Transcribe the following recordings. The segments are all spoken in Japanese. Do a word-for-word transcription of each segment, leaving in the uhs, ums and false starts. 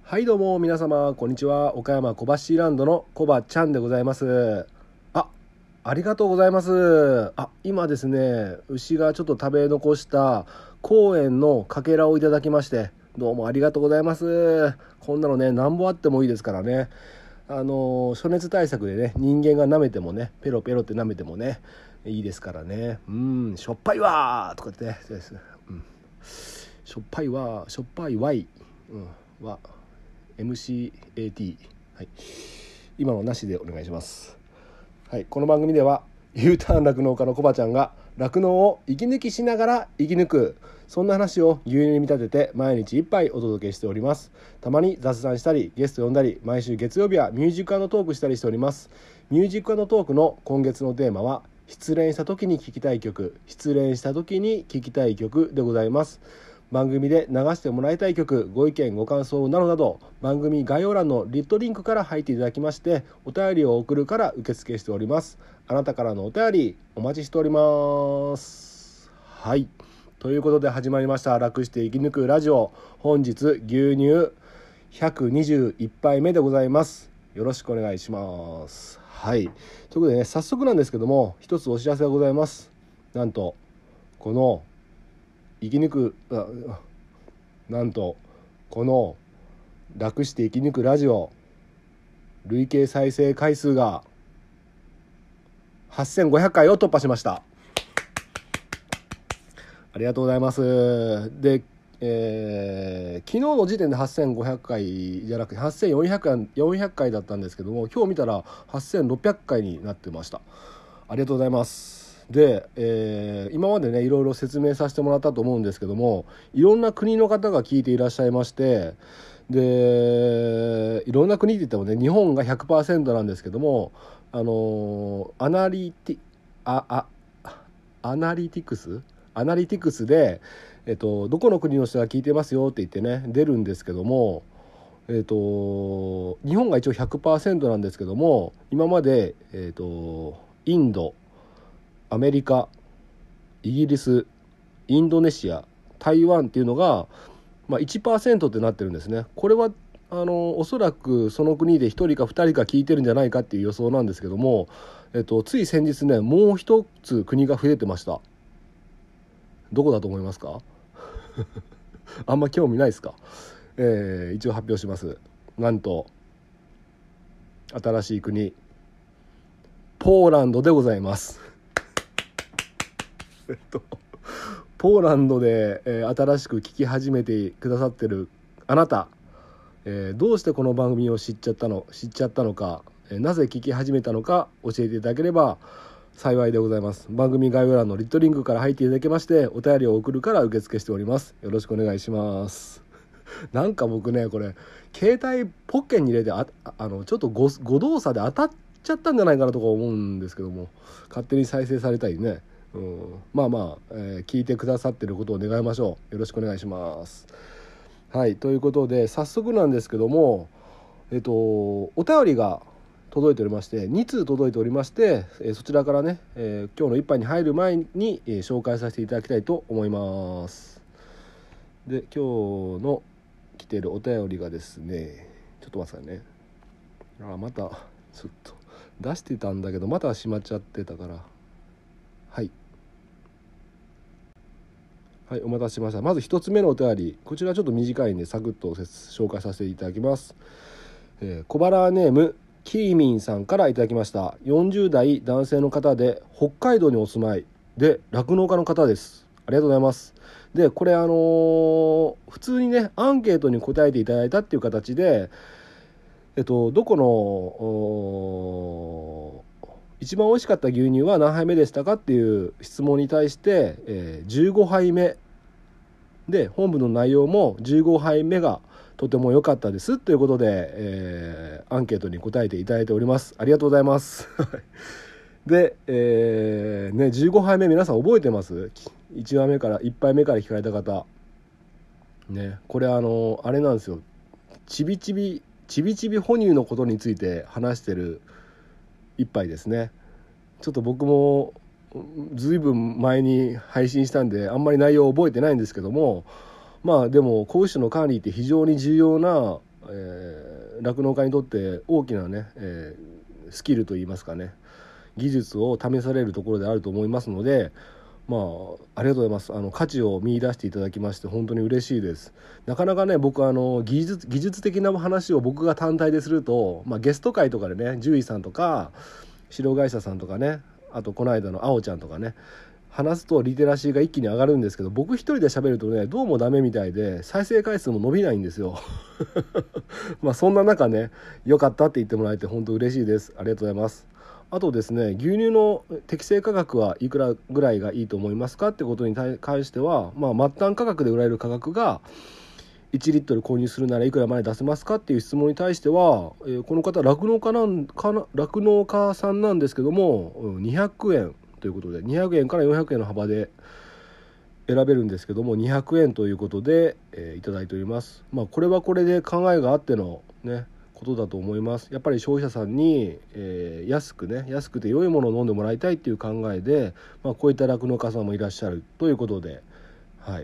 はいどうも皆様こんにちは。岡山小橋ランドのコバちゃんでございます。あ、ありがとうございます。あ、今ですね、牛がちょっと食べ残した公園のかけらをいただきまして、どうもありがとうございます。こんなのね、なんぼあってもいいですからね。あの暑熱対策でね、人間が舐めてもね、ペロペロって舐めてもね、いいですからね。うん、しょっぱいわーとかってね、うん、しょっぱいわー、しょっぱいわい、うん、はエムシーエーティー、はい、今のなしでお願いします。はい、この番組では U ターン酪農家のコバちゃんが酪農を息抜きしながら生き抜く、そんな話を牛乳に見立てて毎日一杯お届けしております。たまに雑談したりゲスト呼んだり、毎週月曜日はミュージック&トークしたりしております。ミュージック&トークの今月のテーマは失恋した時に聴きたい曲、失恋した時に聴きたい曲でございます。番組で流してもらいたい曲、ご意見ご感想などなど、番組概要欄のリットリンクから入っていただきまして、お便りを送るから受付しております。あなたからのお便りお待ちしております。はい、ということで始まりました楽して生き抜くラジオ。本日牛乳ひゃくにじゅういち杯目でございます。よろしくお願いします。はい、ということでね、早速なんですけども、一つお知らせがございます。なんとこの生き抜くあなんとこの楽して生き抜くラジオ、累計再生回数がはっせんごひゃっかいを突破しました。ありがとうございます。で、えー、昨日の時点ではっせんごひゃっかいじゃなくてはっせんよんひゃっかい、よんひゃっかいだったんですけども、今日見たらはっせんろっぴゃっかいになってました。ありがとうございます。で、えー、今までねいろいろ説明させてもらったと思うんですけども、いろんな国の方が聞いていらっしゃいまして、でいろんな国って言ってもね、日本が ひゃくパーセント なんですけども、あのアナリティああアナリティクスアナリティクスで、えっと、どこの国の人が聞いてますよって言ってね出るんですけども、えっと、日本が一応 ひゃくパーセント なんですけども、今まで、えっと、インド、アメリカ、イギリス、インドネシア、台湾っていうのが、まあ、いちパーセント ってなってるんですね。これはあのおそらくその国でひとりかふたりか聞いてるんじゃないかっていう予想なんですけども、えっと、つい先日ねもう一つ国が増えてました。どこだと思いますか？あんま興味ないですか？えー、一応発表します。なんと新しい国、ポーランドでございます。えっとポーランドで、えー、新しく聞き始めてくださってるあなた、えー、どうしてこの番組を知っちゃったの知っちゃったのか、えー、なぜ聞き始めたのか教えていただければ幸いでございます。番組概要欄のリットリンクから入っていただけまして、お便りを送るから受付しております。よろしくお願いします。なんか僕ねこれ携帯ポッケに入れてああのちょっと誤動作で当たっちゃったんじゃないかなとか思うんですけども、勝手に再生されたりね、うん、まあまあ、えー、聞いてくださってることを願いましょう。よろしくお願いします。はい、ということで早速なんですけども、えっとお便りが届いておりまして、に通届いておりまして、えー、そちらからね、えー、今日の一杯に入る前に、えー、紹介させていただきたいと思います。で、今日の来てるお便りがですね、ちょっと待ってくださいね。あ、またちょっと出してたんだけどまた閉まっちゃってたから、はいはい、お待たせしました。まず一つ目のお便り、こちらちょっと短いんでサクッと紹介させていただきます。えー、小腹ネームキーミンさんからいただきました。よんじゅう代男性の方で北海道にお住まいで酪農家の方です。ありがとうございます。でこれあのー、普通にねアンケートに答えていただいたっていう形で、えっとどこの一番美味しかった牛乳は何杯目でしたかっていう質問に対して、えー、じゅうごはいめで、本部の内容もじゅうごはいめがとても良かったですということで、えー、アンケートに答えていただいております。ありがとうございます。で、えーね、じゅうごはいめ皆さん覚えてます？いちわめからいっぱいめから聞かれた方ね、これあのあれなんですよ、ちびちびちびちび哺乳のことについて話してる一杯ですね。ちょっと僕もずいぶん前に配信したんであんまり内容を覚えてないんですけども、まあでも子牛の管理って非常に重要なえー、酪農家にとって大きなね、えー、スキルといいますかね、技術を試されるところであると思いますので、まあ、ありがとうございます。あの価値を見出していただきまして本当に嬉しいです。なかなかね、僕あの技術技術的な話を僕が単体ですると、まあ、ゲスト会とかでね、獣医さんとか白会社さんとかね、あとこの間のあおちゃんとかね、話すとリテラシーが一気に上がるんですけど、僕一人で喋るとね、どうもダメみたいで再生回数も伸びないんですよまあそんな中ね、良かったって言ってもらえて本当嬉しいです。ありがとうございます。あとですね、牛乳の適正価格はいくらぐらいがいいと思いますかってことに関しては、まあ、末端価格で売られる価格がいちリットル購入するならいくらまで出せますかっていう質問に対しては、えー、この方酪農家なんかな酪農家さんなんですけども、にひゃくえんということでにひゃくえんからよんひゃくえんの幅で選べるんですけども、にひゃくえんということで、えー、いただいております。まあこれはこれで考えがあってのねことだと思います。やっぱり消費者さんに、えー、安くね安くて良いものを飲んでもらいたいっていう考えで、まあ、こういった酪農家さんもいらっしゃるということで、はい、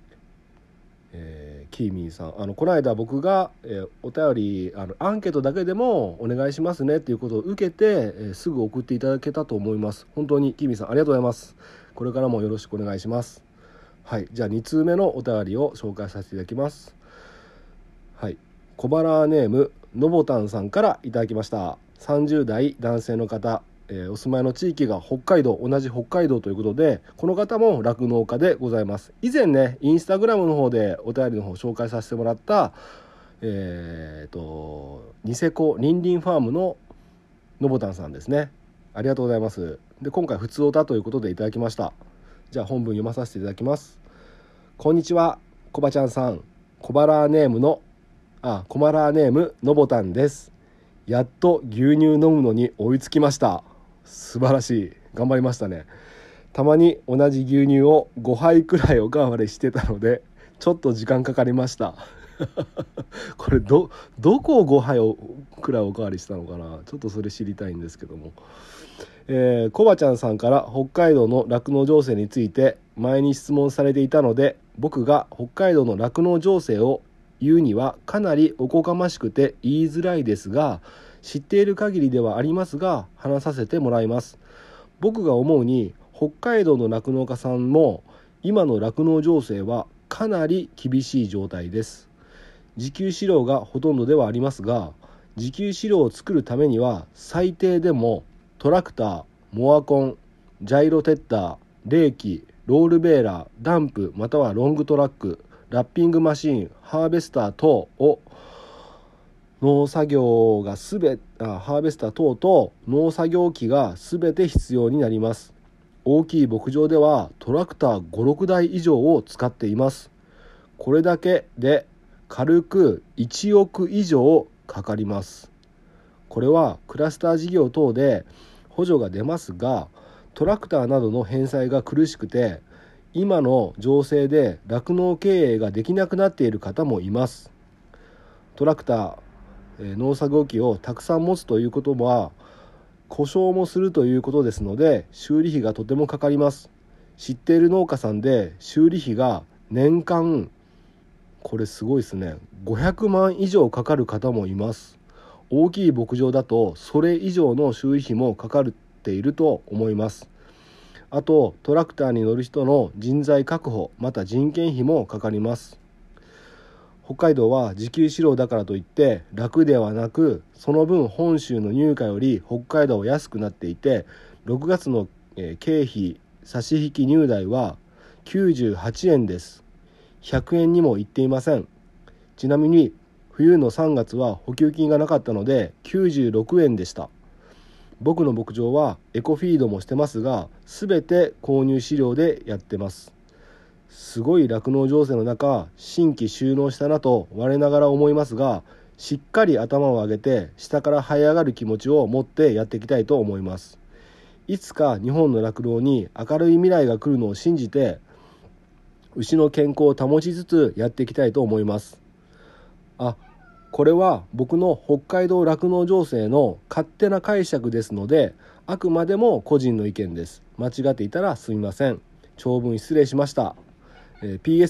えー、キーミーさん、あのこの間僕が、えー、お便りあのアンケートだけでもお願いしますねっていうことを受けて、えー、すぐ送っていただけたと思います。本当にキーミーさんありがとうございます。これからもよろしくお願いします。はい、じゃあに通目のお便りを紹介させていただきます。はい、小腹ネームのぼたんさんからいただきました。さんじゅう代男性の方、えー、お住まいの地域が北海道、同じ北海道ということで、この方も酪農家でございます。以前ねインスタグラムの方でお便りの方を紹介させてもらったえーとニセコリンリンファームののぼたんさんですね。ありがとうございます。で今回普通おたということでいただきました。じゃあ本文読まさせていただきます。こんにちは、こばちゃんさん。小腹ネームのあ小腹ネームのぼたんです。やっと牛乳飲むのに追いつきました。素晴らしい、頑張りましたね。たまに同じ牛乳をごはいくらいおかわりしてたのでちょっと時間かかりましたこれ ど, どこをごはいくらいおかわりしたのかな、ちょっとそれ知りたいんですけども、えー、コバちゃんさんから北海道の酪農情勢について前に質問されていたので、僕が北海道の酪農情勢を言うにはかなりおこがましくて言いづらいですが、知っている限りではありますが話させてもらいます。僕が思うに北海道の酪農家さんも今の酪農情勢はかなり厳しい状態です。自給飼料がほとんどではありますが、自給飼料を作るためには最低でもトラクター、モアコン、ジャイロテッター、レーキ、ロールベーラー、ダンプまたはロングトラック、ラッピングマシーン、ハーベスター等を農作業がすべあハーベスター等と農作業機がすべて必要になります。大きい牧場ではトラクターご、ろくだい以上を使っています。これだけで軽くいちおく以上かかります。これはクラスター事業等で補助が出ますが、トラクターなどの返済が苦しくて今の情勢で酪農経営ができなくなっている方もいます。トラクター、えー、農作業機をたくさん持つということは故障もするということですので修理費がとてもかかります。知っている農家さんで修理費が年間、これすごいですね、ごひゃくまん以上かかる方もいます。大きい牧場だとそれ以上の修理費もかかっていると思います。あとトラクターに乗る人の人材確保また人件費もかかります。北海道は自給飼料だからといって楽ではなく、その分本州の入荷より北海道は安くなっていて、ろくがつの経費差し引き入代はきゅうじゅうはちえんです。ひゃくえんにもいっていません。ちなみに冬のさんがつは補給金がなかったのできゅうじゅうろくえんでした。僕の牧場はエコフィードもしてますが、すべて購入飼料でやってます。すごい酪農情勢の中、新規収納したなと我ながら思いますが、しっかり頭を上げて下から這い上がる気持ちを持ってやっていきたいと思います。いつか日本の酪農に明るい未来が来るのを信じて、牛の健康を保ちつつやっていきたいと思います。あ、これは僕の北海道酪農情勢の勝手な解釈ですので、あくまでも個人の意見です。間違っていたらすみません。長文失礼しました。えー、ピーエス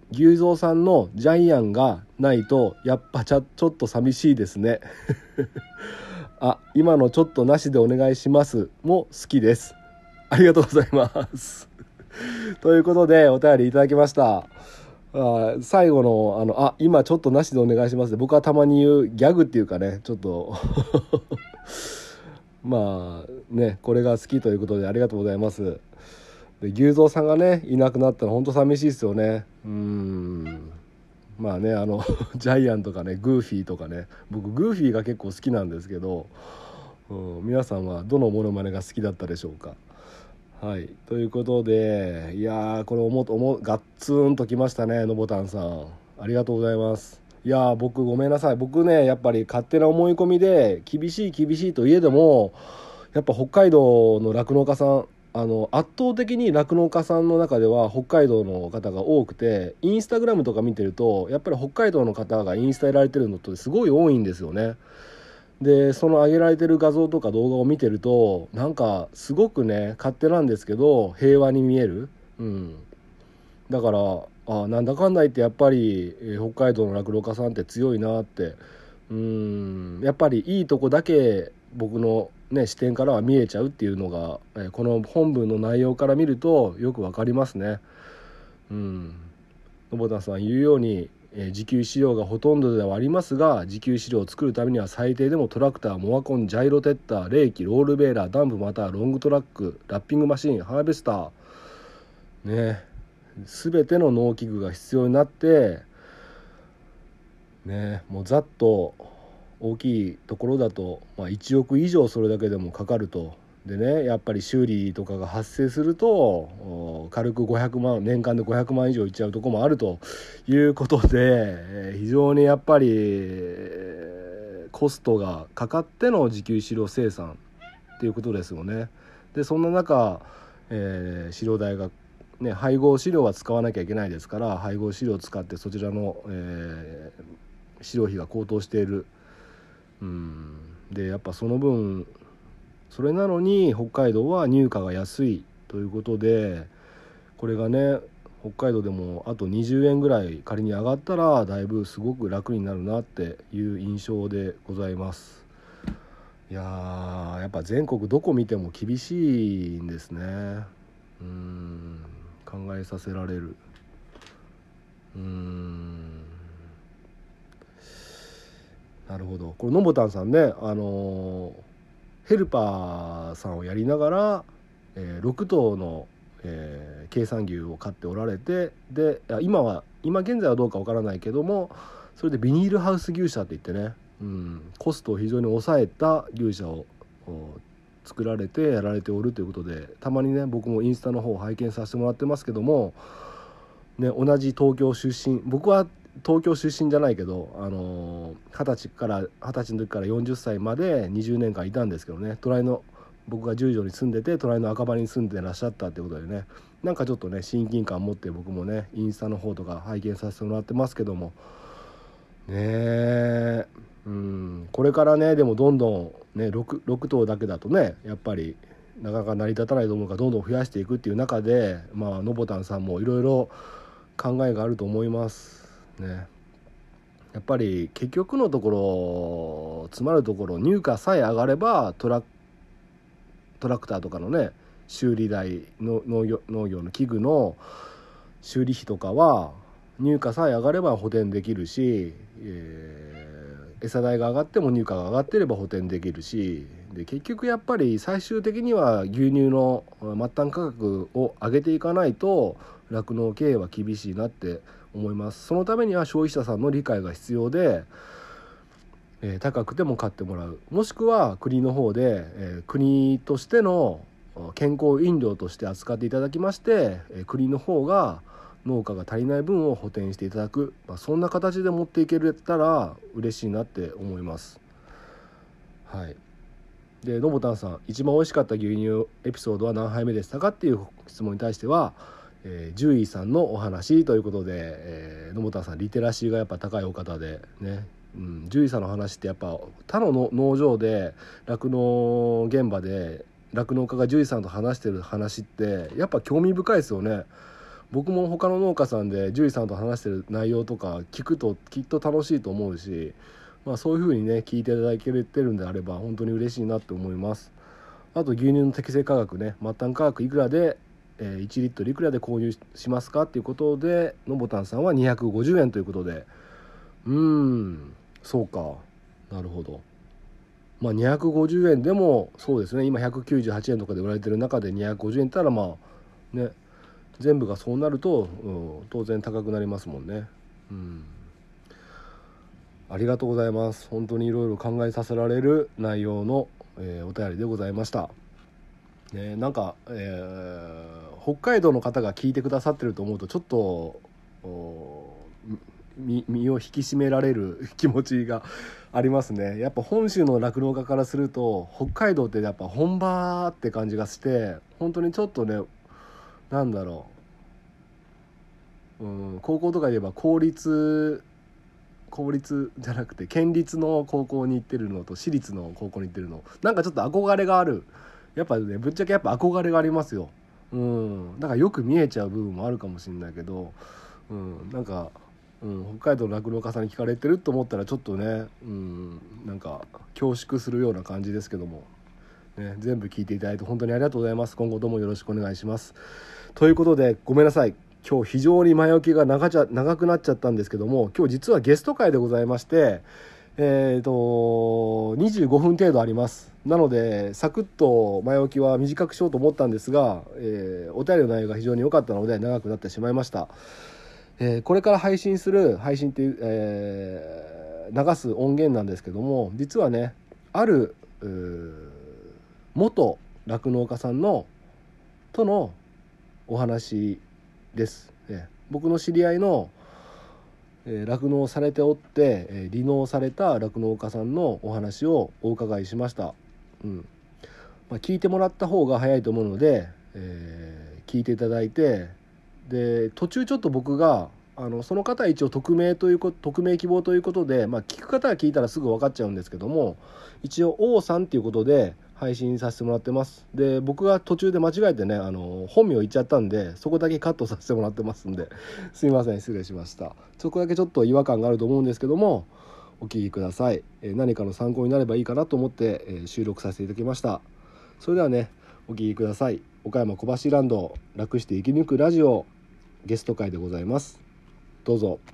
牛蔵さんのジャイアンがないとやっぱちゃちょっと寂しいですねあ、今のちょっとなしでお願いしますも好きです。ありがとうございますということでお便りいただきました。あ、最後のあのあ今ちょっとなしでお願いしますで、僕はたまに言うギャグっていうかね、ちょっとまあね、これが好きということでありがとうございます。で、牛蔵さんがねいなくなったの本当寂しいですよね。うーん、まあね、あのジャイアンとかね、グーフィーとかね、僕グーフィーが結構好きなんですけど、うん、皆さんはどのモノマネが好きだったでしょうか。はい、ということで、いやーこれおもおもガッツンときましたね、のぼたんさん、ありがとうございます。いやー僕ごめんなさい、僕ねやっぱり勝手な思い込みで厳しい厳しいといえども、やっぱ北海道の酪農家さん、あの圧倒的に酪農家さんの中では北海道の方が多くて、インスタグラムとか見てるとやっぱり北海道の方がインスタやられてるのってすごい多いんですよね。でその上げられてる画像とか動画を見てると、なんかすごくね勝手なんですけど平和に見える、うん、だからあなんだかんだ言ってやっぱり、えー北海道の酪農家さんって強いなって、うん、やっぱりいいとこだけ僕の、ね、視点からは見えちゃうっていうのが、えーこの本文の内容から見るとよくわかりますね。うん、野保田さん言うように、えー自給飼料がほとんどではありますが、自給飼料を作るためには最低でもトラクター、モアコン、ジャイロテッター、冷気、ロールベーラー、ダンプまたはロングトラック、ラッピングマシン、ハーベスターね、全ての農機具が必要になってね、もうざっと大きいところだと、まあ、いちおく以上それだけでもかかると。でね、やっぱり修理とかが発生するとお軽くごひゃくまん、年間でごひゃくまん以上いっちゃうところもあるということで、えー非常にやっぱりえーコストがかかっての自給飼料生産っていうことですよね。でそんな中、えー飼料代がね、配合飼料は使わなきゃいけないですから、配合飼料を使ってそちらの、えー飼料費が高騰している。うんでやっぱその分、それなのに北海道は入荷が安いということで、これがね北海道でもあとにじゅうえんぐらい仮に上がったらだいぶすごく楽になるなっていう印象でございます。いやーやっぱ全国どこ見ても厳しいんですね。うーん考えさせられる。うーんなるほど。これのぼたんさんね、あのーヘルパーさんをやりながら、えーろく頭の、えー、経産牛を飼っておられて、で今は今現在はどうかわからないけども、それでビニールハウス牛舎って言ってね、うん、コストを非常に抑えた牛舎を作られてやられておるということで、たまにね僕もインスタの方を拝見させてもらってますけども、ね、同じ東京出身、僕は東京出身じゃないけど、あの二十歳から二十歳の時からよんじゅっさいまでにじゅうねんかんいたんですけどね、隣の僕が十条に住んでて隣の赤羽に住んでらっしゃったってことでね、なんかちょっとね親近感持って僕もねインスタの方とか拝見させてもらってますけどもねえ、うん、これからねでもどんどんね 6, 6頭だけだとねやっぱりなかなか成り立たないと思うからどんどん増やしていくっていう中で、まあのぼたんさんもいろいろ考えがあると思いますね。やっぱり結局のところ詰まるところ、入荷さえ上がればトラトラクターとかのね修理代の農業、農業の器具の修理費とかは入荷さえ上がれば補填できるし、えー餌代が上がっても入荷が上がってれば補填できるし、で結局やっぱり最終的には牛乳の末端価格を上げていかないと酪農経営は厳しいなって思います。そのためには消費者さんの理解が必要で、えー高くても買ってもらう、もしくは国の方で、えー国としての健康飲料として扱っていただきまして、えー国の方が農家が足りない分を補填していただく、まあ、そんな形で持っていけたら嬉しいなって思います。はい。でのぼたんさん、一番美味しかった牛乳エピソードは何杯目でしたかっていう質問に対しては、えー、獣医さんのお話ということで、えー、のぼたんさんリテラシーがやっぱ高いお方でね、うん、獣医さんの話ってやっぱ他のの農場で酪農現場で酪農家が獣医さんと話してる話ってやっぱ興味深いですよね。 僕も他の農家さんで獣医さんと話してる内容とか聞くときっと楽しいと思うし、まあ、そういう風にね聞いていただけてるんであれば本当に嬉しいなって思います。あと牛乳の適正価格ね、末端価格いくらで、えー、いちリットルいくらで購入しますかっていうことでのぼたんさんはにひゃくごじゅうえんということで、うーんそうか、なるほど。まあにひゃくごじゅうえんでもそうですね、今ひゃくきゅうじゅうはちえんとかで売られてる中でにひゃくごじゅうえんって言ったらまあね、全部がそうなると、うん、当然高くなりますもんね。うん、ありがとうございます。本当にいろいろ考えさせられる内容の、えー、お便りでございました。ね、なんか、えー、北海道の方が聞いてくださってると思うとちょっと身, 身を引き締められる気持ちがありますね。やっぱ本州の酪農家からすると北海道ってやっぱ本場って感じがして、本当にちょっとね、なんだろう、うん、高校とかで言えば公立公立じゃなくて県立の高校に行ってるのと私立の高校に行ってるの、なんかちょっと憧れがある。やっぱね、ぶっちゃけやっぱ憧れがありますよ。うん、だからよく見えちゃう部分もあるかもしれないけど、うん、なんか、うん、北海道の酪農家さんに聞かれてると思ったらちょっとね、うん、なんか恐縮するような感じですけども、ね、全部聞いていただいて本当にありがとうございます。今後ともよろしくお願いします。ということでごめんなさい、今日非常に前置きが 長, ちゃ長くなっちゃったんですけども、今日実はゲスト会でございまして、えー、とにじゅうごふん程度あります。なのでサクッと前置きは短くしようと思ったんですが、えー、お便りの内容が非常に良かったので長くなってしまいました。えー、これから配信する配信っていう、えー、流す音源なんですけども、実はね、ある元酪農家さんのとのお話です。えー、僕の知り合いの酪農されておって離農された酪農家さんのお話をお伺いしました。うんまあ、聞いてもらった方が早いと思うので、えー、聞いていただいて、で途中ちょっと僕があのその方は一応匿名ということ匿名希望ということで、まあ、聞く方は聞いたらすぐ分かっちゃうんですけども、一応王さんっていうことで配信させてもらってます。で僕が途中で間違えてね、あの本名言っちゃったんで、そこだけカットさせてもらってますんで、すいません、失礼しました。そこだけちょっと違和感があると思うんですけども、お聞きください。えー、何かの参考になればいいかなと思って、えー、収録させていただきました。それではね、お聞きください。岡山小橋ランド楽して生き抜くラジオゲスト会でございます。どうぞ。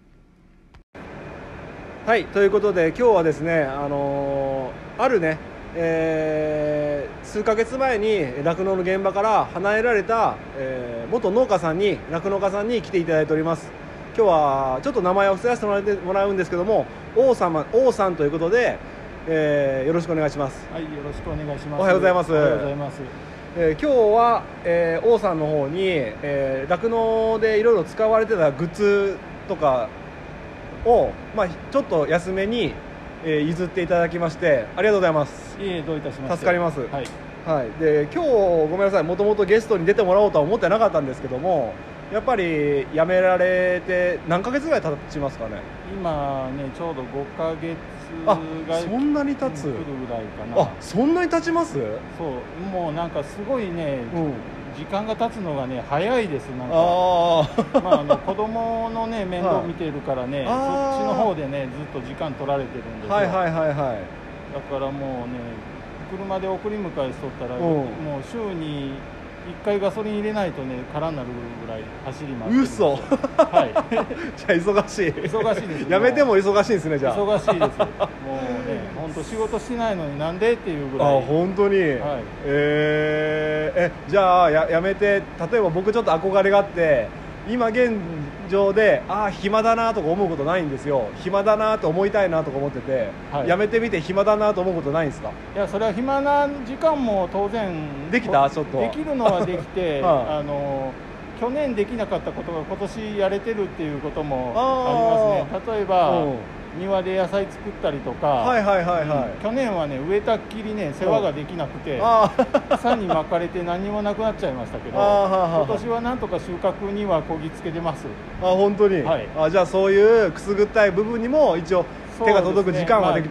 はい、ということで今日はですね、あのー、あるね、えー、数ヶ月前に酪農の現場から離れられた、えー、元農家さんに酪農家さんに来ていただいております。今日はちょっと名前を伏せさせてもらってもらうんですけども、王様王さんということで、えー、よろしくお願いします。 はい、よろしくお願いします。 おはようございます。 おはようございます。 えー、今日は、えー、王さんの方に酪農、えー、でいろいろ使われてたグッズとかを、まあ、ちょっと安めに、えー、譲っていただきましてありがとうございます。 いえ、どういたしまして。 助かります。 はい、 はい、で今日ごめんなさい、もともとゲストに出てもらおうとは思ってなかったんですけども、やっぱり辞められて何ヶ月ぐらい経ちますかね。 今ね、ちょうどごかげつあ、そんなに経つ。 来るぐらいかな。 あ、そんなに経ちます。 そう、もうなんかすごいね、うん、時間が経つのがね早いです。なんかあ、 まあ、あの子供のね面倒見てるからね、そっちの方でねずっと時間取られてるんですよ。 はいはいはいはい。 だからもうね、車で送り迎えしとったら、うん、もう週にいっかいガソリン入れないとね空になるぐらい走ります。 嘘。はい。じゃあ忙しい。 忙しいです。 やめても忙しいですね。じゃあ忙しいです。もうね、本当仕事してないのになんでっていうぐらい。 あ、本当に。はい、えー、えじゃあ や, やめて、例えば僕ちょっと憧れがあって、今現状でああ暇だなとか思うことないんですよ。暇だなと思いたいなとか思ってて、はい、やめてみて暇だなと思うことないんですか。 いや、それは暇な時間も当然できた。ちょっとできるのはできて、はあ、あの去年できなかったことが今年やれてるっていうこともありますね。例えば、うん、庭で野菜作ったりとか、 はいはいはいはい、 うん、去年はね植えたっきりね世話ができなくて草に巻かれて何にもなくなっちゃいましたけど、今年はなんとか収穫にはこぎつけてます。 あ、本当に。はい、あ、じゃあそういうくすぐったい部分にも一応手が届く時間はできたと。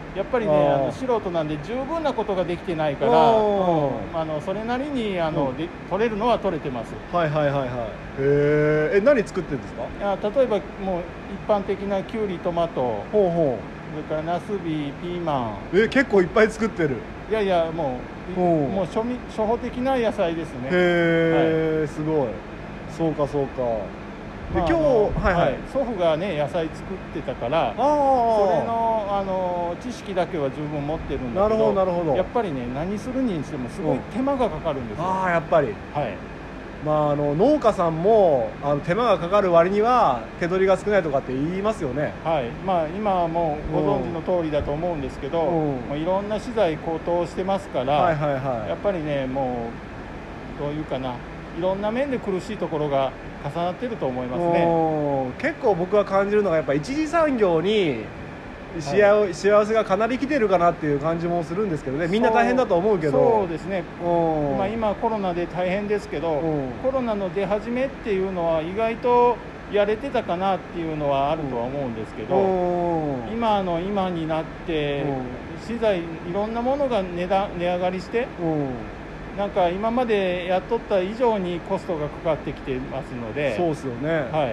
やっぱりねあの素人なんで十分なことができてないから、うん、あのそれなりにあの、うん、で取れるのは取れてます。 はいはいはいはい。へえ。え、何作ってるんですか？ いや例えばもう一般的なきゅうりトマト、 ほうほうそれからナスビピーマン。 え、結構いっぱい作ってる。 いやいやもうもう初味初歩的な野菜ですね。 へえ、はい、すごい。そうかそうか。で、まあ、今日、はいはい、 祖父がね野菜作ってたから、あそれのあの知識だけは十分持ってるんだけど、なるほどなるほど。やっぱりね何するにしてもすごい手間がかかるんですよ。 ああ、やっぱり。 はい。 まあ、あの農家さんもあの手間がかかる割には手取りが少ないとかって言いますよね。 はい。まあ今はもうご存知の通りだと思うんですけど、もういろんな資材高騰してますから、はいはいはい、やっぱりねもうどういうかないろんな面で苦しいところが重なってると思いますね。 結構僕が感じるのがやっぱ一次産業に幸、はい、幸せがかなり来てるかなっていう感じもするんですけどね。みんな大変だと思うけど。 そうですね。まあ今コロナで大変ですけど、コロナの出始めっていうのは意外とやれてたかなっていうのはあるとは思うんですけど、今の今になって資材いろんなものが値段値上がりして、なんか今までやっとった以上にコストがかかってきてますので。 そうですよね。 はい。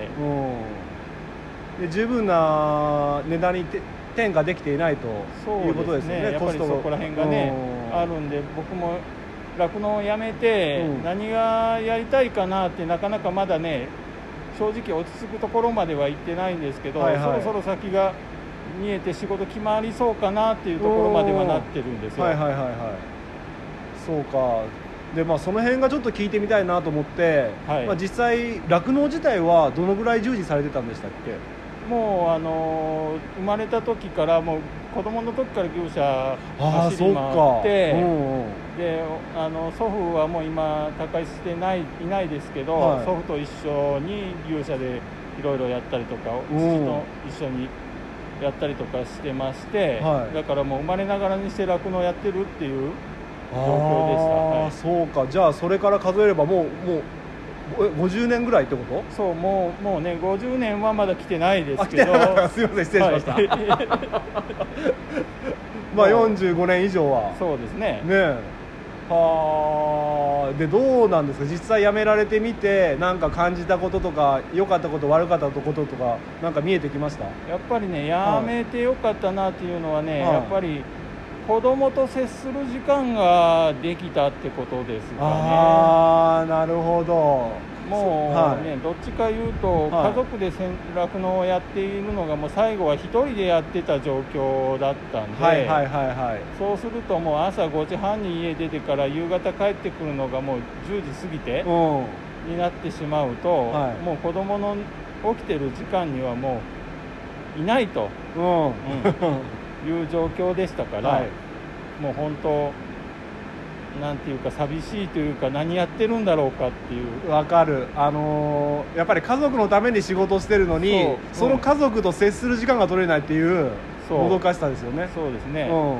で十分な値段に転嫁できていないということですよね。 やっぱりそこら辺がねあるんで、僕も酪農をやめて何がやりたいかなってなかなかまだね正直落ち着くところまでは行ってないんですけど、はいはい、そろそろ先が見えて仕事決まりそうかなっていうところまではなってるんですよ。 はいはいはいはい。そうか。でまあその辺がちょっと聞いてみたいなと思って、はい、まあ実際酪農自体はどのぐらい従事されてたんでしたっけ？ もうあの生まれた時からもう子供の時から牛舎走り回って、うんうん、であの祖父はもう今他界してないいないですけど、はい、祖父と一緒に牛舎でいろいろやったりとか、父と一緒にやったりとかしてまして、はい、だからもう生まれながらにして酪農やってるっていう状況でした。あ、 はい、そうか。じゃあそれから数えればもうもうごじゅうねんぐらいってこと？ そう、もうもうねごじゅうねんはまだ来てないですけど。 すいません失礼しました。はい、まあよんじゅうごねん以上は。 そうですね。 ね。はあ。でどうなんですか、実際辞められてみてなんか感じたこととか良かったこと悪かったこととかなんか見えてきました？ やっぱりね辞めてよかったなっていうのはね、はい、やっぱり子供と接する時間ができたってことですかね。 ああ、なるほど。 もうね、はい、どっちかいうと、はい、家族で酪農をやっているのがもう最後は一人でやってた状況だったんで、はいはいはいはい、そうするともう朝ごじはんに家出てから夕方帰ってくるのがもうじゅうじ過ぎてになってしまうと、はい、もう子供の起きてる時間にはもういないと、うんうんいう状況でしたから、はい、もう本当なんていうか寂しいというか何やってるんだろうかっていう。 わかる。あのー、やっぱり家族のために仕事してるのに そ, その家族と接する時間が取れないっていうもどかしさですよね。 そうですね、うん、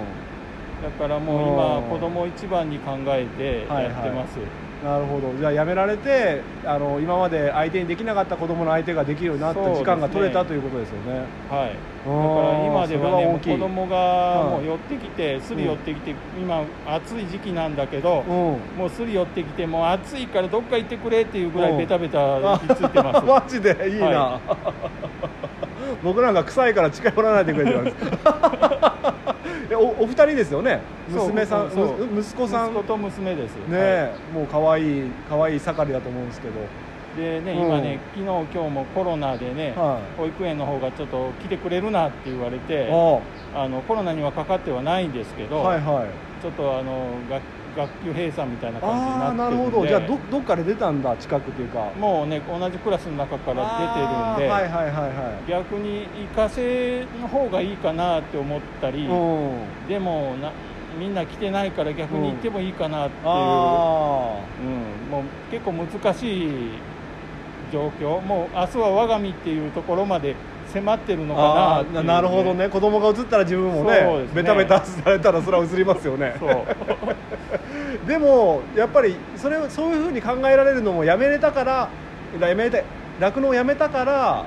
だからもう今子供を一番に考えてやってます、はいはい、 なるほど。じゃあ辞められてあの今まで相手にできなかった子供の相手ができるようになった時間が取れたということですよね。 はい。だから今ではねもう子供がもう寄ってきて、すり寄ってきて、うん、今暑い時期なんだけど、うん、もうすり寄ってきてもう暑いからどっか行ってくれっていうぐらいベタベタひっついてます。 マジでいいな、はい、僕なんか臭いから近寄らないでくれてるんですお, お二人ですよね。娘さん、息子さん。 息子と娘です。 ね、はい、もう可愛い可愛い盛りだと思うんですけど。 でね、うん、今ね昨日今日もコロナでね、はい、保育園の方がちょっと来てくれるなって言われて、あのコロナにはかかってはないんですけど、はいはい、ちょっとあの学学級閉鎖みたいな感じになってるんで。あ、なるほど。 じゃあ ど, どっかで出たんだ、近くっていうか。 もうね同じクラスの中から出てるんで、はいはいはいはい、逆に行かせの方がいいかなって思ったり、でもなみんな来てないから逆に行ってもいいかなっていう、うん、うん、もう結構難しい状況。もう明日は我が身っていうところまで迫ってるのかなっていう、ね、 なるほどね。子供が映ったら自分も ね, ねベタベタされたらそれは映りますよね。そうでもやっぱりそれそういうふうに考えられるのもやめれたからやめて酪農をやめたから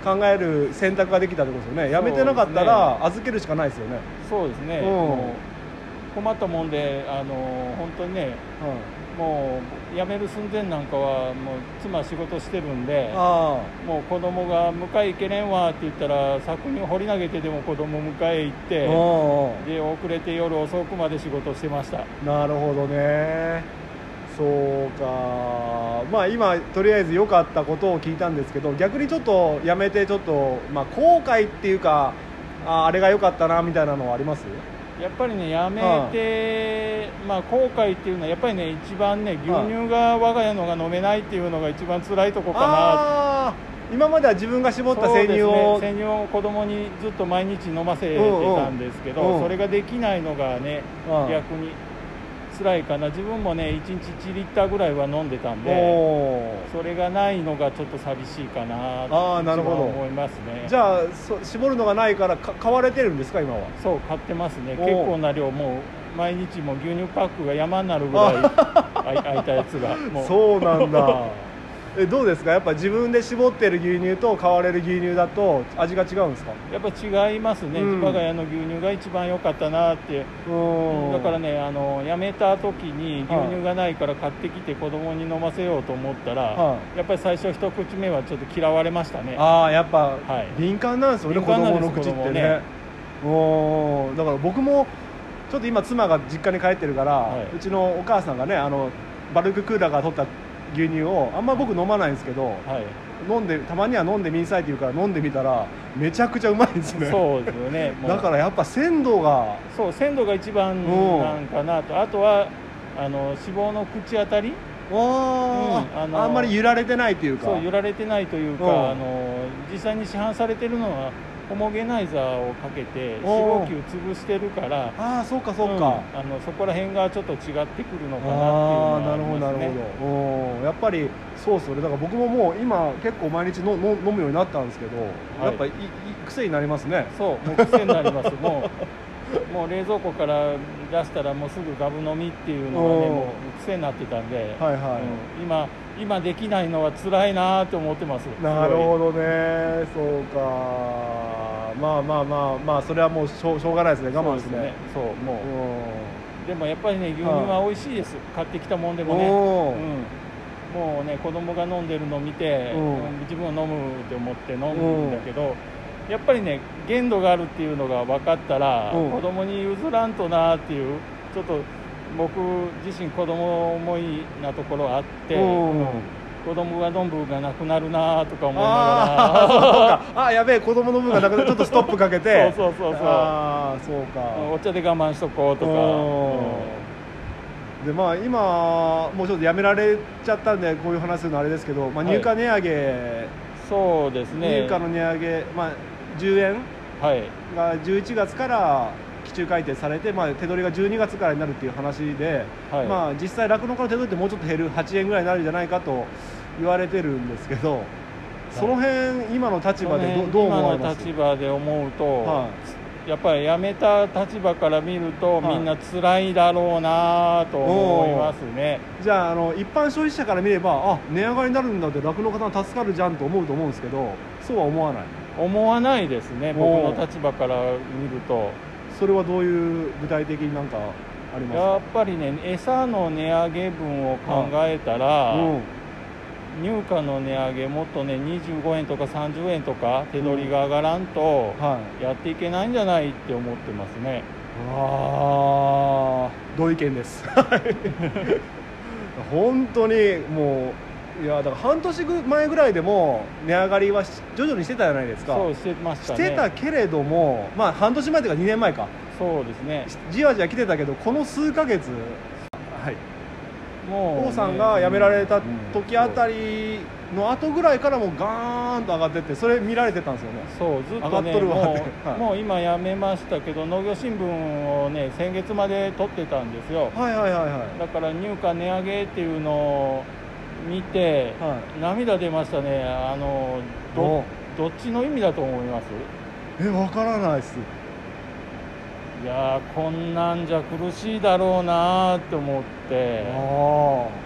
考える選択ができたってことですよね。やめてなかったら預けるしかないですよね。 そうですね、うん、もう困ったもんで、あの本当にね、うん、もう辞める寸前なんかはもう妻仕事してるんで、もう子供が迎え行けれんわって言ったら作品を掘り投げてでも子供迎え行ってで遅れて夜遅くまで仕事してました。 なるほどね。そうか。まあ今とりあえず良かったことを聞いたんですけど、逆にちょっとやめてちょっと、まあ、後悔っていうか あ, あれが良かったなみたいなのはあります？ やっぱりねやめて、はあ、まあ後悔っていうのはやっぱりね一番ね牛乳が我が家のが飲めないっていうのが一番辛いとこかな。あ今までは自分が絞った生乳を、 ね、生乳を子供にずっと毎日飲ませてたんですけど、うんうん、それができないのがね、うん、逆に辛いかな。自分もねいちにちいちリッターぐらいは飲んでたんで、それがないのがちょっと寂しいかなと思いますね。 じゃあそ絞るのがないからか買われてるんですか今は？ そう買ってますね。結構な量、もう毎日も牛乳パックが山になるぐらい空いたやつがもうそうなんだえどうですか？やっぱ自分で絞ってる牛乳と買われる牛乳だと味が違うんですか？ やっぱ違いますね、うん、我が家の牛乳が一番良かったなって。だからねあの辞めた時に牛乳がないから買ってきて子供に飲ませようと思ったら、はあ、やっぱり最初一口目はちょっと嫌われましたね。 ああやっぱ、はい、敏感なんですよね子供の口ってね。おだから僕もちょっと今妻が実家に帰ってるから、はい、うちのお母さんがねあのバルククーラーから取った牛乳をあんま僕飲まないんですけど、はい、飲んでたまには飲んでみんさいって言うから飲んでみたらめちゃくちゃうまいんですね。 そうですよねだからやっぱ鮮度がそう鮮度が一番なんかなと。あとはあの脂肪の口当たり、 うん、あ, あんまり揺られてないっていうかそう揺られてないというか、あの実際に市販されてるのはホモゲナイザーをかけて脂肪球潰してるから、 ああそうかそうか、 うん、あのそこら辺がちょっと違ってくるのかなっていうのはありますね。 なるほどなるほど。やっぱりそうそれだから僕ももう今結構毎日のの飲むようになったんですけど、はい、やっぱいい癖になりますね。 そうもう癖になりますもうもう冷蔵庫から出したらもうすぐガブ飲みっていうのがねもう癖になってたんで、はいはいうん、今今できないのは辛いなと思ってます。 なるほどね。そうか。まあまあまあまあそれはもうしょう、しょうがないですね。我慢ですね。 そうもうでもやっぱりね牛乳は美味しいです。買ってきたもんでもね、うん、もうね子供が飲んでるのを見て、うん、自分は飲むって思って飲むんだけど、やっぱりね限度があるっていうのが分かったら、うん、子供に譲らんとなっていうちょっと僕自身子供思いなところがあって、うん、子供が飲む分がなくなるなとか思いながらああやべえ子供の分がなくなるちょっとストップかけてそうそうそうそうあそうかお茶で我慢しとこうとか、 うん、でまあ今もうちょっとやめられちゃったんでこういう話するのあれですけど、まあ、入荷値上げ、はい、 そうですね入荷の値上げ、まあ、じゅうえんがじゅういちがつから期中改定されて、まあ、手取りがじゅうにがつからになるっていう話で、はいまあ、実際酪農家の手取りってもうちょっと減るはちえんぐらいになるんじゃないかと言われてるんですけど、はい、その辺今の立場で ど, どう思われます？ 今の立場で思うと、はい、やっぱり辞めた立場から見ると、はい、みんな辛いだろうなと思いますね。 じゃあ、あの一般消費者から見ればあ値上がりになるんだって酪農家さん助かるじゃんと思うと思うんですけど、そうは思わない？ 思わないですね僕の立場から見ると。 それはどういう具体的になんかありますか？ やっぱりね餌の値上げ分を考えたら、うん、入荷の値上げもっとねにじゅうごえんとかさんじゅうえんとか手取りが上がらんとやっていけないんじゃないって思ってますね。 ああ同意見です本当にもういやだから半年前ぐらいでも値上がりは徐々にしてたじゃないですか。 そうしてましたね。 してたけれども、まあ半年前というかにねんまえか。 そうですね。 じわじわ来てたけどこの数ヶ月、はい、もう、ね、王さんが辞められた時あたりの後ぐらいからもうガーンと上がってってそれ見られてたんですよね。 そうずっとね上がっとるわってもう、はい、もう今辞めましたけど農業新聞をね先月まで取ってたんですよ。 はいはいはいはい。 だから入荷値上げっていうのを見て、はい、涙出ましたね。あの ど, どっちの意味だと思います？ え分からないです。 いやこんなんじゃ苦しいだろうなって思って。 あ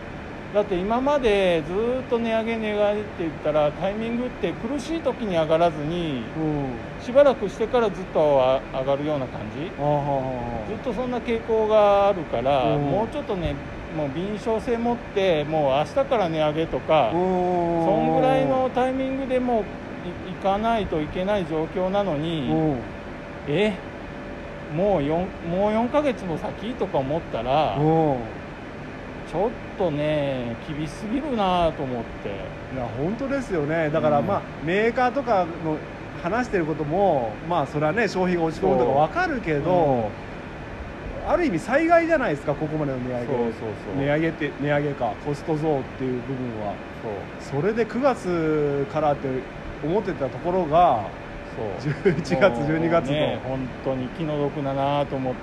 だって今までずっと値上げ値上げって言ったらタイミングって苦しい時に上がらずに、うん、しばらくしてからずっと上がるような感じ、ずっとそんな傾向があるから、うん、もうちょっとねもう敏捷性持ってもう明日から値上げとか、そんぐらいのタイミングでもういかないといけない状況なのに、えもう 4, もうよんかげつも先とか思ったら、ちょっとね厳しすぎるなと思って。 いや本当ですよね。だからまあ、うん、メーカーとかの話してることもまあそれはね消費が落ち込むとか分かるけど、うん、ある意味災害じゃないですか、ここまでの値上げ。そうそうそう値上げって値上げかコスト増っていう部分は。そうそれでくがつからって思ってたところがそうじゅういちがつじゅうにがつと、ね、 本当に気の毒だなと思って。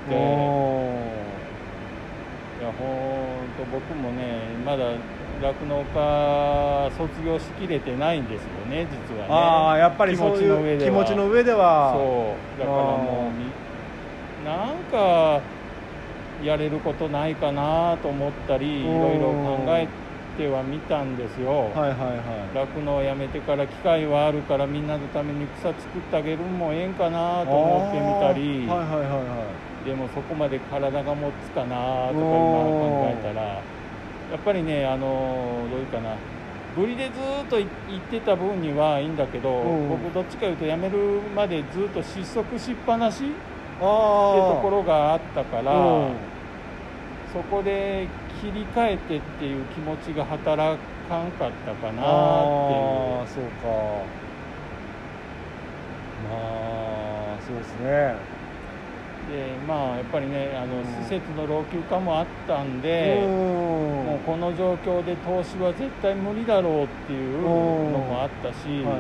いやほんと僕もねまだ酪農家卒業しきれてないんですよね、実はね。 ああやっぱりそういう気持ちの上では。 そうだからもうなんかやれることないかなと思ったりいろいろ考えてはみたんですよ。はいはいはい。酪農をやめてから機会はあるからみんなのために草作ってあげるのもええんかなと思ってみたり。はいはいはいはい。でもそこまで体が持つかなとか今考えたらやっぱりねあのどういうかなぶりでずっと行ってた分にはいいんだけど、僕どっちかいうと辞めるまでずっと失速しっぱなしってところがあったから、そこで切り替えてっていう気持ちが働かんかったかなっていう。ああそうか。まあそうですね。でまあやっぱりねあの施設の老朽化もあったんで、もうこの状況で投資は絶対無理だろうっていうのもあったし、はいはい、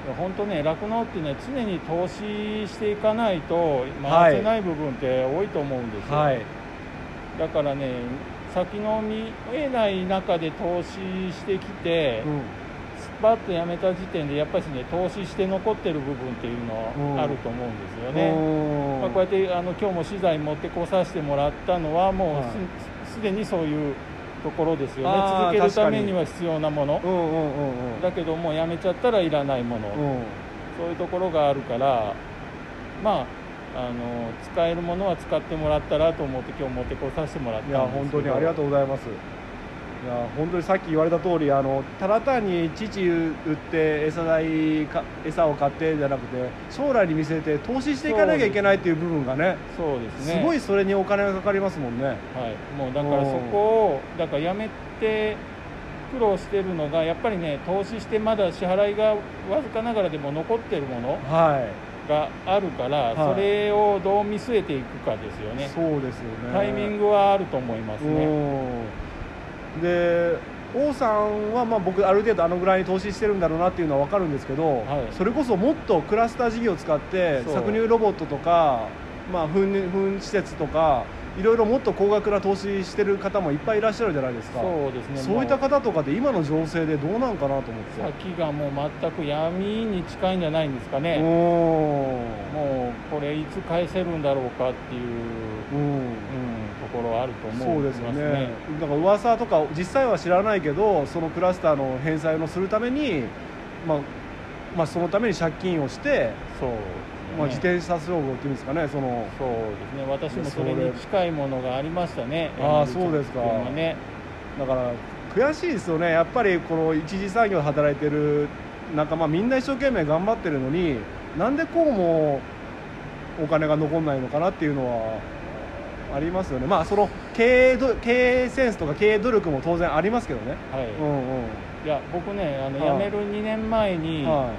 本当ね酪農ってね常に投資していかないと回せない部分って多いと思うんですよ、はい、だからね先の見えない中で投資してきて、うんスパッとやめた時点でやっぱりね投資して残ってる部分っていうのはあると思うんですよね。まあ、こうやってあの今日も資材持ってこさせてもらったのはもう す, すでにそういうところですよね。続けるためには必要なものだけどもやめちゃったらいらないもの、そういうところがあるからまああの使えるものは使ってもらったらと思って今日持ってこさせてもらったんですけど。いや本当にありがとうございます。いや本当にさっき言われた通りあのただ単に乳売って餌代か餌を買ってじゃなくて将来に見据えて投資していかなきゃいけないっていう部分がね、そうですね、すごいそれにお金がかかりますもんね。はい、もうだからそこをだからやめて苦労してるのがやっぱりね投資してまだ支払いがわずかながらでも残ってるもの、はいがあるから、はい、それをどう見据えていくかですよね。そうですよね。タイミングはあると思いますね。で王さんはまあ僕ある程度あのぐらいに投資してるんだろうなっていうのは分かるんですけど、はい、それこそもっとクラスター事業を使って搾乳ロボットとか、まあ、糞糞施設とかいろいろもっと高額な投資してる方もいっぱいいらっしゃるじゃないですか。そうですね。そういった方とかで今の情勢でどうなんかなと思って。先がもう全く闇に近いんじゃないんですかね。もうこれいつ返せるんだろうかっていう、うんうん、ところはあると思うんですね。そうですね。だから噂とか実際は知らないけどそのクラスターの返済をするために、まあまあ、そのために借金をして。そうまあ、自転車操業っていうんですかね。そのそうですね。私もそれに近いものがありましたね。ああそうですか、ね、だから悔しいですよね。やっぱりこの一次産業で働いてる仲間みんな一生懸命頑張ってるのになんでこうもお金が残んないのかなっていうのはありますよね。まあその経営ど経営センスとか経営努力も当然ありますけどね。はい、うんうん、いや僕ねあの辞めるにねんまえに、はい、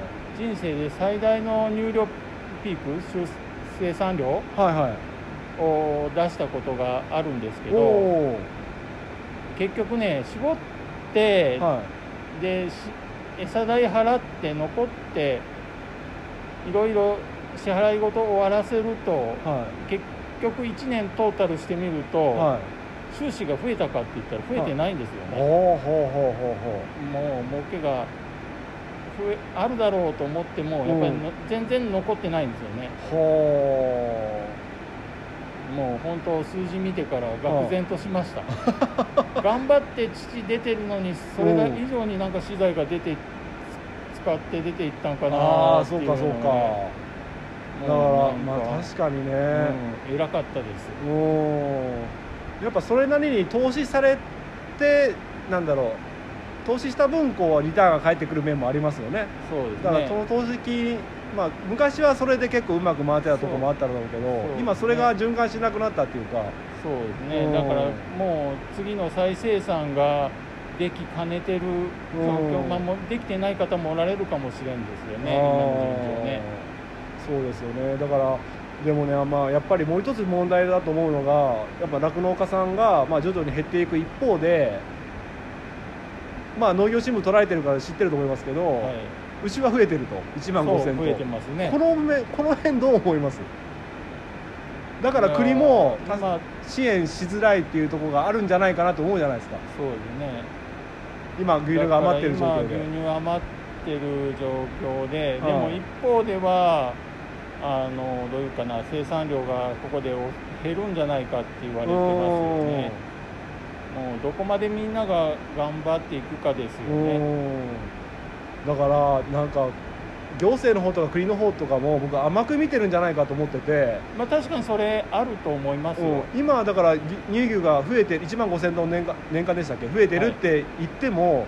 人生で最大の入力ピーク生産量を出したことがあるんですけど、結局ね絞って、はい、で餌代払って残っていろいろ支払い事を終わらせると、はい、結局いちねんトータルしてみると、はい、収支が増えたかって言ったら増えてないんですよね。もう儲けがあるだろうと思ってもやっぱりの、うん、全然残ってないんですよね。はもう本当数字見てから愕然としました。頑張って父出てるのにそれが以上になんか資材が出て使って出ていったんかなっていうのが、ね、ああそうかそうか。 だからまあ確かにね、 うん、偉かったです。 おやっぱそれなりに投資されてなんだろう投資した分こうリターンが返ってくる面もありますよね。 そうですね。 だからその投資金まあ、昔はそれで結構うまく回ってたところもあったんだろうけど、ね、今それが循環しなくなったっていうか。 そうですね。だからもう次の再生産ができかねてる状況、まあ、もうできてない方もおられるかもしれんですよね、今の現状ね。 そうですよね。だからでもね、まあ、やっぱりもう一つ問題だと思うのがやっぱ酪農家さんがまあ徐々に減っていく一方で、まあ、農業新聞捉えてるから知ってると思いますけど、はい、牛は増えてるといちまんごせんと増えてますね。 このこの辺どう思います？だから国も支援しづらいっていうところがあるんじゃないかなと思うじゃないですか。 そうですね。 今牛乳が余ってる状況で今牛乳余ってる状況で、でも一方ではあのどういうかな生産量がここで減るんじゃないかって言われてますよね。もうどこまでみんなが頑張っていくかですよね。 だからなんか行政の方とか国の方とかも僕は甘く見てるんじゃないかと思ってて、 まあ、確かにそれあると思いますよ、 うん、今だから乳牛が増えていちまんごせんトン年間、年間でしたっけ増えてるって言っても、はい、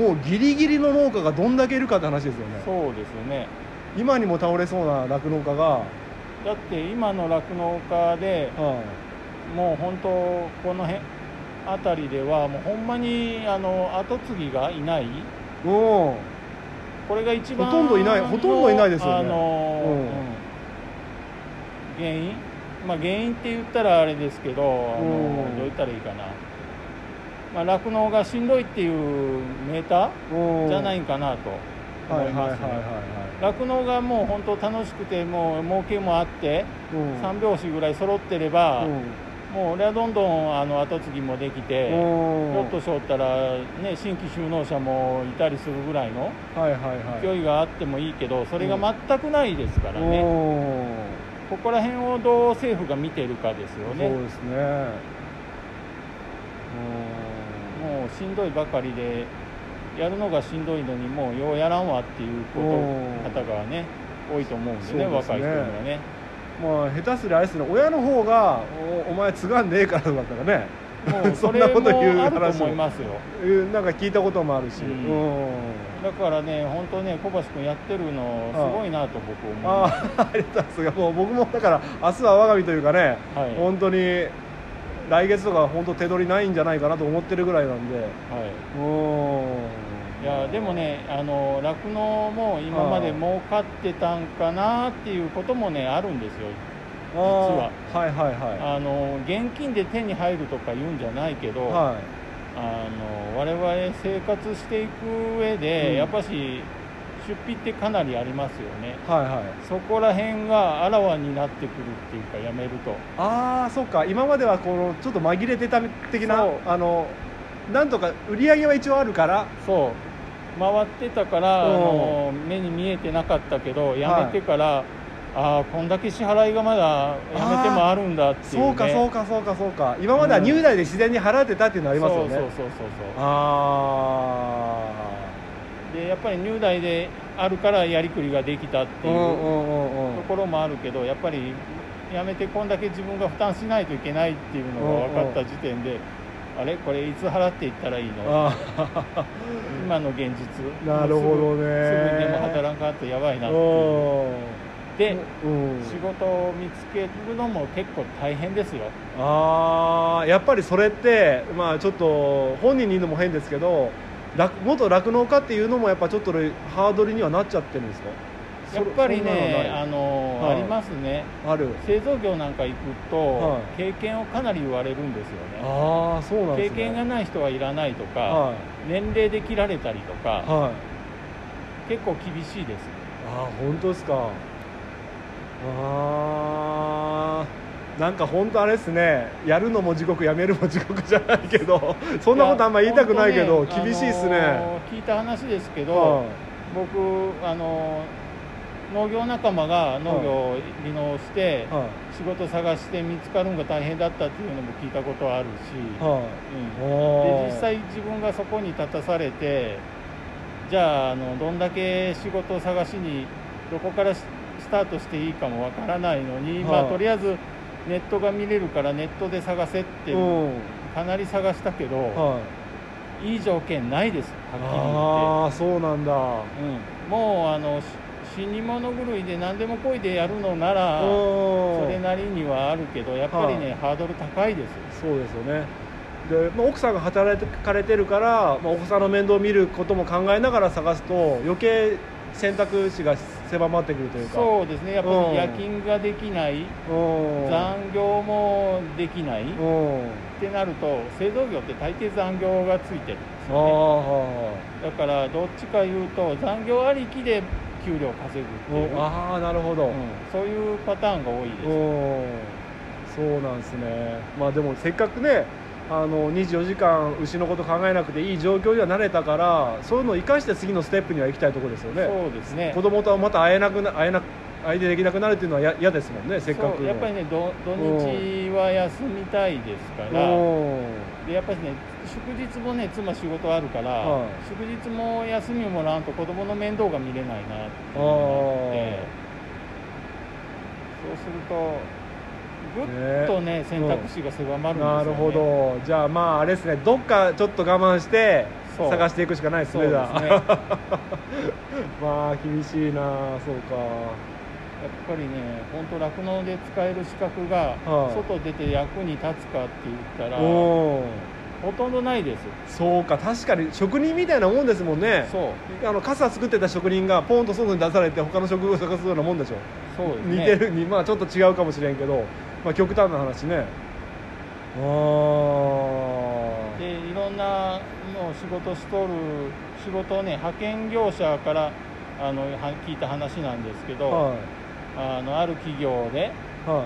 もうギリギリの農家がどんだけいるかって話ですよね。 そうですよね。 今にも倒れそうな酪農家がだって今の酪農家で、はあ、もう本当この辺あたりではもうほんまにあの後継ぎがいない。 おこれが一番ほとんどいないほとんどいないですよね。あの、 うんうん、原因まあ原因って言ったらあれですけど、あのどう言ったらいいかな、まあ酪農がしんどいっていうメーターじゃないかなと思いますね。酪農がもう本当楽しくてもう儲けもあってさんびょうしぐらい揃ってれば、もう俺はどんどんあの後継ぎもできてひょっとしょったら、ね、新規就農者もいたりするぐらいの勢いがあってもいいけど、それが全くないですからね。ここら辺をどう政府が見てるかですよね。 そうですね。 もうしんどいばかりでやるのがしんどいのにもうようやらんわっていうこと方がね多いと思うんでね、若い人にはね。 まあ、下手すりゃあれですね、親の方が お, お前継がんでええからとかだったらね、 もうそれもあると思いますよ。 なんか聞いたこともあるし、うんうん、だからね本当ね小橋君やってるのすごいなと僕思います。 ああ、ありがとうございます。もう僕もだから明日は我が身というかね、はい、本当に来月とか本当手取りないんじゃないかなと思ってるぐらいなんで、はい、うんいやでもねあの酪農も今まで儲かってたんかなっていうこともねあるんですよ実は。 はいはいはい。 あの現金で手に入るとか言うんじゃないけど、はい、あの我々生活していく上で、うん、やっぱし出費ってかなりありますよね。はいはい。そこら辺があらわになってくるっていうかやめると。 ああそうか。今まではこのちょっと紛れてた的なあのなんとか売り上げは一応あるからそう回ってたからあの目に見えてなかったけどやめてから、はい、ああこんだけ支払いがまだやめてもあるんだっていう、ね、 そうかそうかそうかそうか。今までは入代で自然に払ってたっていうのありますよね。 そうそうそうそうそう。 ああでやっぱり入代であるからやりくりができたっていうところもあるけど、やっぱりやめてこんだけ自分が負担しないといけないっていうのが分かった時点で、あれこれいつ払っていったらいいの今の現実なるほどね。 すぐにでも働かんとやばいなっていうで、うん、仕事を見つけるのも結構大変ですよ。 ああやっぱりそれってまあちょっと本人に言うのも変ですけど元酪農家っていうのもやっぱちょっとハードルにはなっちゃってるんですか？ やっぱりねあの、はあ、ありますね。 ある製造業なんか行くと、はあ、経験をかなり言われるんですよね。 ああそうなんですね。 経験がない人はいらないとか、はあ、年齢で切られたりとか、はあ、結構厳しいです。 ああ本当ですか。あーなんか本当あれですね、やるのも地獄やめるも地獄じゃないけどそんなことあんま言いたくないけど、ね、厳しいですね、 あのー、聞いた話ですけど、はあ、僕あのー農業仲間が農業を離農して、はい、仕事探して見つかるのが大変だったっていうのも聞いたことあるし、はいうん、で実際自分がそこに立たされてじゃあ、あのどんだけ仕事を探しにどこからスタートしていいかもわからないのに、はいまあ、とりあえずネットが見れるからネットで探せってかなり探したけど、はい、いい条件ないですはっきり言って。 ああそうなんだ、 うん、もうあの死に物狂いで何でもこいでやるのならそれなりにはあるけどやっぱりね、はい、ハードル高いです。 そうですよね。で、まあ、奥さんが働かれてるから、まあ、お子さんの面倒を見ることも考えながら探すと余計選択肢が狭まってくるというか。 そうですねやっぱり夜勤ができない、残業もできないってなると製造業って大抵残業がついてるんですよね。だからどっちかいうと残業ありきで給料稼ぐっていう、 ああなるほど、うん、 そういうパターンが多いです。 そうなんですね。まあでもせっかくねあのにじゅうよじかん牛のこと考えなくていい状況にはなれたからそういうのを生かして次のステップには行きたいところですよね。 そうですね。 子供とまた会えなくな会えな相手できなくなるっていうのは嫌ですもんね。せっかくやっぱりね土日は休みたいですからでやっぱりね祝日もね妻仕事あるから、はい、祝日も休みもらうと子供の面倒が見れないなっていうのがあってそうするとぐっとね、ね選択肢が狭まるんですよね、うん、 なるほど。じゃあまああれですねどっかちょっと我慢して探していくしかないですね。そうですねまあ厳しいな。そうかやっぱりね本当酪農で使える資格が外出て役に立つかって言ったら、ほとんどないです。 そうか確かに職人みたいなもんですもんね。そうあの傘作ってた職人がポンと外に出されて他の職業を探すようなもんでしょ。 そうですね。 似てるにまあちょっと違うかもしれんけど、まあ、極端な話ね。あでいろんなの仕事しとる仕事をね派遣業者からあの聞いた話なんですけど、はい、あのある企業で、はい、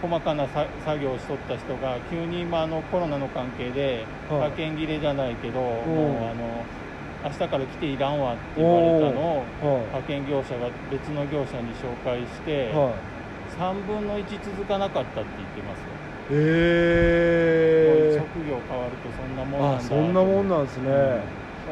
細かな作業をしとった人が急に今あのコロナの関係で、はい、派遣切れじゃないけど、もうあの明日から来ていらんわって言われたのを、はい、派遣業者が別の業者に紹介して、はい、さんぶんのいち続かなかったって言ってますよ。 へえー、 職業変わるとそんなもんなんだ。 あそんなもんなんですね、うん、はあ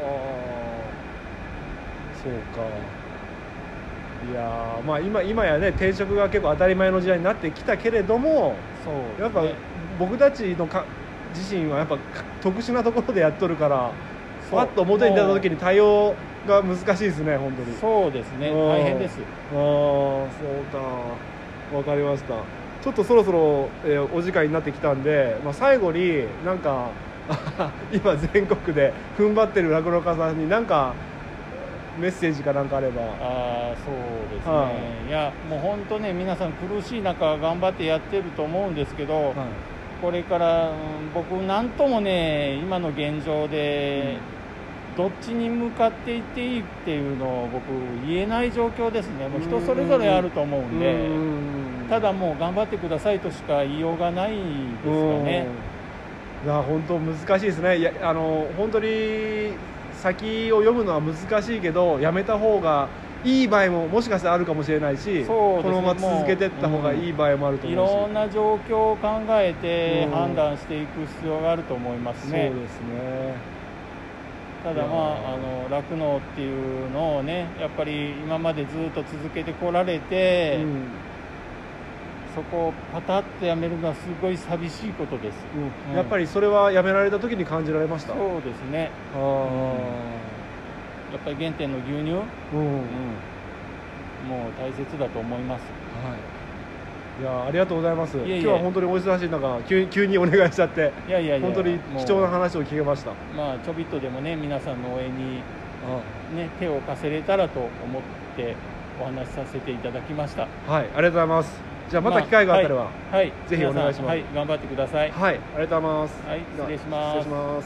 そうか。いやまあ 今, 今やね転職が結構当たり前の時代になってきたけれどもそう、ね、やっぱ僕たちのか自身はやっぱ特殊なところでやっとるからパッと表に出た時に対応が難しいですね本当に。 そうですね大変です。 ああそうかわかりました。ちょっとそろそろ、えー、お時間になってきたんで、まあ、最後になんか今全国で踏ん張ってる酪農家さんになんかメッセージかなんかあれば。 あそうですね、はい、いやもう本当ね皆さん苦しい中頑張ってやってると思うんですけど、はい、これから、うん、僕なんともね今の現状で、うん、どっちに向かっていっていいっていうのを僕言えない状況ですね。もう人それぞれあると思うんで、うんただもう頑張ってくださいとしか言いようがないですかね。 いや本当難しいですね。いやあの本当に先を読むのは難しいけどやめた方がいい場合ももしかしたらあるかもしれないし、ね、このまま続けていった方がいい場合もあると思うし、 うん、いろんな状況を考えて判断していく必要があると思いますね。 そうですね。 ただまああの酪農っていうのをねやっぱり今までずっと続けてこられて、うんそこをパタッとやめるのはすごい寂しいことです、 うんうん、やっぱりそれはやめられた時に感じられました。 そうですね。あ、うん、やっぱり原点の牛乳、うんうん、もう大切だと思います、 はい、いやありがとうございます。いやいや今日は本当にお忙しい中 急, 急にお願いしちゃっていやいやいや本当に貴重な話を聞けました。 まあちょびっとでもね皆さんの応援に、ね、手を貸せれたらと思ってお話しさせていただきました。 はいありがとうございます。じゃあまた機会があったらば、まあはい、ぜひお願いします。はい、 頑張ってください。 はい、ありがとうございます。 はい、失礼します。 失礼します。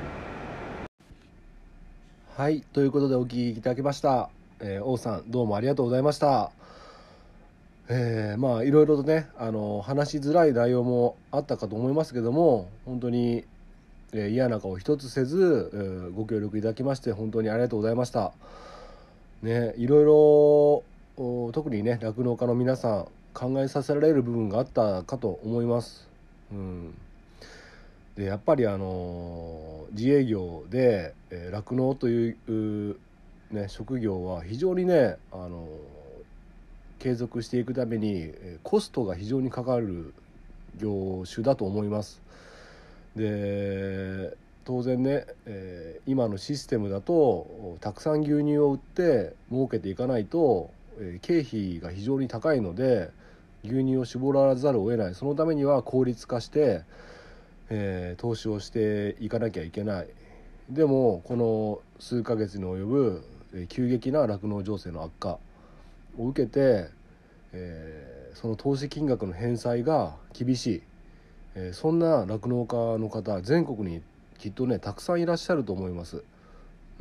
はい、ということでお聞きいただきました。えー、王さんどうもありがとうございました。えー、まあいろいろとねあの話しづらい内容もあったかと思いますけども本当に、えー、嫌な顔一つせず、えー、ご協力いただきまして本当にありがとうございました。ね、いろいろ特にね酪農家の皆さん考えさせられる部分があったかと思います。うん、でやっぱりあの自営業で酪農、えー、という、ね、職業は非常にねあの継続していくためにコストが非常にかかる業種だと思います。で当然ね、えー、今のシステムだとたくさん牛乳を売って儲けていかないと、えー、経費が非常に高いので牛乳を絞らざるを得ない。そのためには効率化して、えー、投資をしていかなきゃいけない。でもこの数ヶ月に及ぶ、えー、急激な酪農情勢の悪化を受けて、えー、その投資金額の返済が厳しい、えー、そんな酪農家の方全国にきっとねたくさんいらっしゃると思います。うん、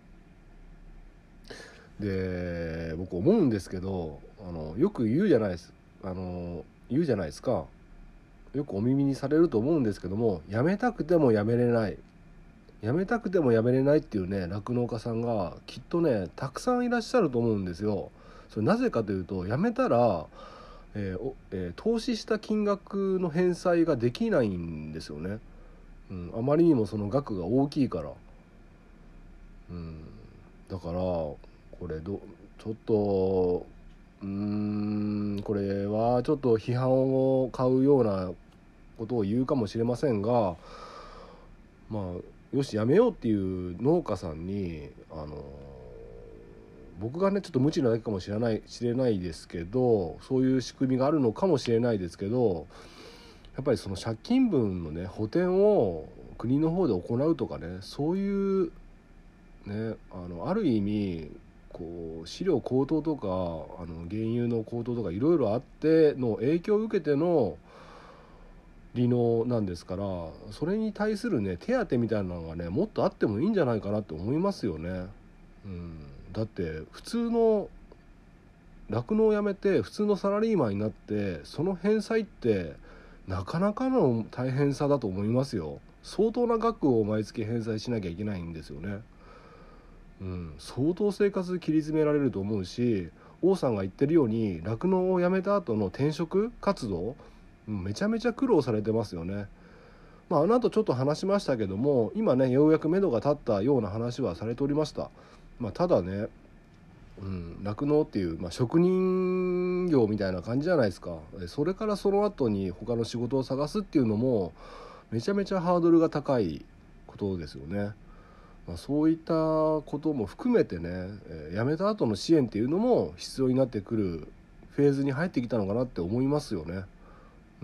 で僕思うんですけどあのよく言うじゃないですあの言うじゃないですか。よくお耳にされると思うんですけども、やめたくてもやめれないやめたくてもやめれないっていうね酪農家さんがきっとねたくさんいらっしゃると思うんですよ。それなぜかというとやめたら、えーえー、投資した金額の返済ができないんですよね。うん、あまりにもその額が大きいから、うん、だからこれどちょっとうーんこれはちょっと批判を買うようなことを言うかもしれませんが、まあよしやめようっていう農家さんにあの僕がねちょっと無知なだけかもしれない知れないですけど、そういう仕組みがあるのかもしれないですけど、やっぱりその借金分のね補填を国の方で行うとかね、そういうねあのある意味こう飼料高騰とかあの原油の高騰とかいろいろあっての影響を受けての離農なんですから、それに対するね手当みたいなのがねもっとあってもいいんじゃないかなって思いますよね。うん、だって普通の酪農をやめて普通のサラリーマンになってその返済ってなかなかの大変さだと思いますよ。相当な額を毎月返済しなきゃいけないんですよね。うん、相当生活切り詰められると思うし、王さんが言ってるように酪農をやめた後の転職活動めちゃめちゃ苦労されてますよね。まあ、あの後ちょっと話しましたけども今ねようやく目処が立ったような話はされておりました。まあ、ただね酪農、うん、っていう、まあ、職人業みたいな感じじゃないですか。それからその後に他の仕事を探すっていうのもめちゃめちゃハードルが高いことですよね。まあ、そういったことも含めてね、えー、辞めた後の支援っていうのも必要になってくるフェーズに入ってきたのかなって思いますよね。うん、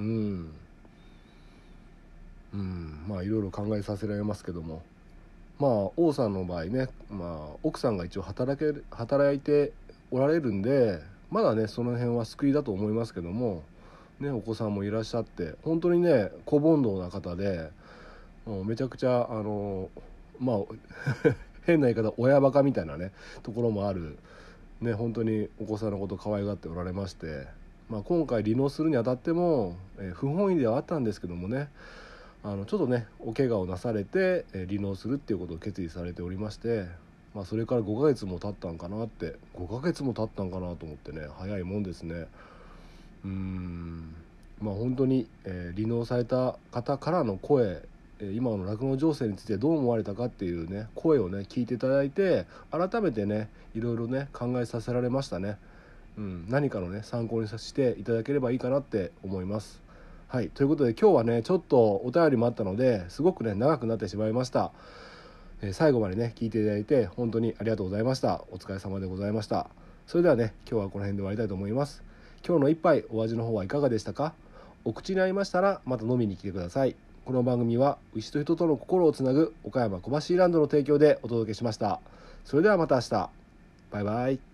うん、まあいろいろ考えさせられますけども、まあ王さんの場合ね、まあ、奥さんが一応働け働いておられるんでまだねその辺は救いだと思いますけども、ね、お子さんもいらっしゃって本当にね小煩悩な方でもうめちゃくちゃあのまあ変な言い方親バカみたいなねところもある、ね、本当にお子さんのこと可愛がっておられまして、まあ、今回離農するにあたっても、えー、不本意ではあったんですけどもねあのちょっとねお怪我をなされて、えー、離農するっていうことを決意されておりまして、まあ、それからごかげつも経ったんかなってごかげつも経ったんかなと思ってね早いもんですね。うーんまあ本当に、えー、離農された方からの声、今の酪農情勢についてどう思われたかっていうね声をね聞いていただいて改めてねいろいろね考えさせられましたね。うん、何かのね参考にさせていただければいいかなって思います。はい、ということで今日はねちょっとお便りもあったのですごくね長くなってしまいました。えー、最後までね聞いていただいて本当にありがとうございました。お疲れ様でございました。それではね今日はこの辺で終わりたいと思います。今日の一杯お味の方はいかがでしたか。お口に合いましたらまた飲みに来てください。この番組は牛と人との心をつなぐ岡山小橋ランドの提供でお届けしました。それではまた明日。バイバイ。